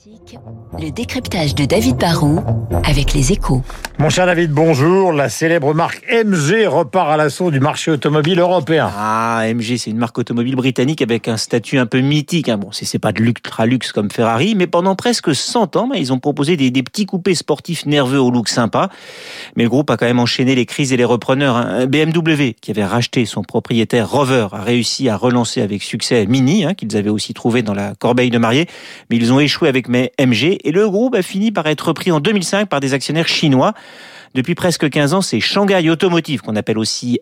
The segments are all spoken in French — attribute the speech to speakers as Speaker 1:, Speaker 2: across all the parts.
Speaker 1: Classique, le décryptage de David Barrault avec Les Échos.
Speaker 2: Mon cher David, bonjour. La célèbre marque MG repart à l'assaut du marché automobile européen.
Speaker 3: Ah, MG, c'est une marque automobile britannique avec un statut un peu mythique. Bon, c'est pas de l'ultra-luxe comme Ferrari, mais pendant presque 100 ans, ils ont proposé des petits coupés sportifs nerveux au look sympa. Mais le groupe a quand même enchaîné les crises et les repreneurs. BMW, qui avait racheté son propriétaire Rover, a réussi à relancer avec succès Mini, qu'ils avaient aussi trouvé dans la corbeille de mariée. Mais ils ont échoué avec MG et le groupe a fini par être repris en 2005 par des actionnaires chinois. Depuis presque 15 ans, c'est Shanghai Automotive, qu'on appelle aussi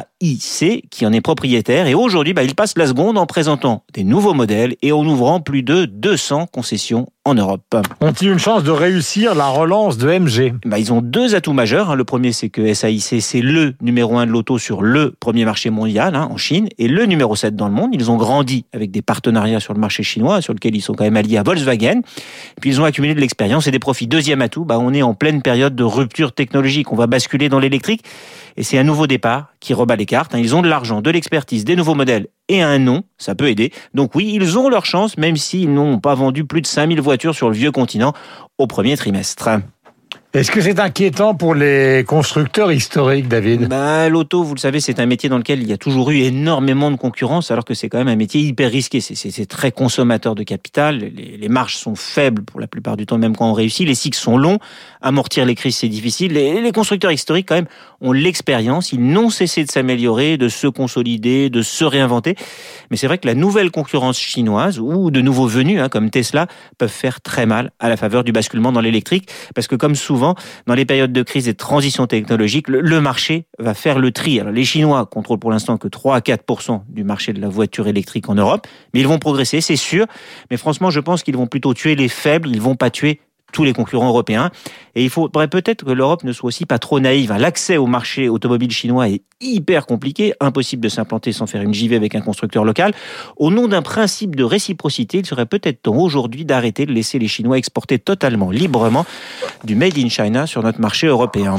Speaker 3: SAIC, qui en est propriétaire. Et aujourd'hui, il passe la seconde en présentant des nouveaux modèles et en ouvrant plus de 200 concessions en Europe.
Speaker 2: Ont-ils une chance de réussir la relance de MG ?
Speaker 3: Ils ont deux atouts majeurs. Le premier, c'est que SAIC, c'est le numéro 1 de l'auto sur le premier marché mondial, en Chine, et le numéro 7 dans le monde. Ils ont grandi avec des partenariats sur le marché chinois, sur lequel ils sont quand même alliés à Volkswagen. Et puis, ils ont accumulé de l'expérience et des profits. Deuxième atout, on est en pleine période de rupture technologique. On va basculer dans l'électrique et c'est un nouveau départ qui rebat les cartes. Ils ont de l'argent, de l'expertise, des nouveaux modèles et un nom, ça peut aider. Donc oui, ils ont leur chance, même s'ils n'ont pas vendu plus de 5000 voitures sur le vieux continent au premier trimestre.
Speaker 2: Est-ce que c'est inquiétant pour les constructeurs historiques, David ?
Speaker 3: L'auto, vous le savez, c'est un métier dans lequel il y a toujours eu énormément de concurrence, alors que c'est quand même un métier hyper risqué. C'est très consommateur de capital. Les marges sont faibles pour la plupart du temps, même quand on réussit. Les cycles sont longs. Amortir les crises, c'est difficile. Les constructeurs historiques, quand même, ont l'expérience. Ils n'ont cessé de s'améliorer, de se consolider, de se réinventer. Mais c'est vrai que la nouvelle concurrence chinoise ou de nouveaux venus, comme Tesla, peuvent faire très mal à la faveur du basculement dans l'électrique. Parce que comme souvent, dans les périodes de crise et de transition technologique, le marché va faire le tri. Alors, les Chinois contrôlent pour l'instant que 3 à 4% du marché de la voiture électrique en Europe, mais ils vont progresser, c'est sûr. Mais franchement, je pense qu'ils vont plutôt tuer les faibles, ils vont pas tuer tous les concurrents européens. Et il faudrait peut-être que l'Europe ne soit aussi pas trop naïve. L'accès au marché automobile chinois est hyper compliqué, impossible de s'implanter sans faire une JV avec un constructeur local. Au nom d'un principe de réciprocité, il serait peut-être temps aujourd'hui d'arrêter de laisser les Chinois exporter totalement, librement, du Made in China sur notre marché européen.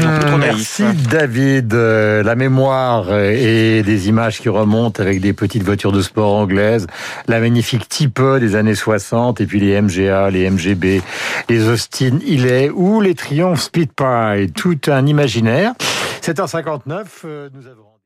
Speaker 2: Merci David. La mémoire et des images qui remontent avec des petites voitures de sport anglaises, la magnifique Type des années 60 et puis les MGA, les MGB, les Austin Hillet ou les Triumph Speedpie, tout un imaginaire. 7h59, nous avons...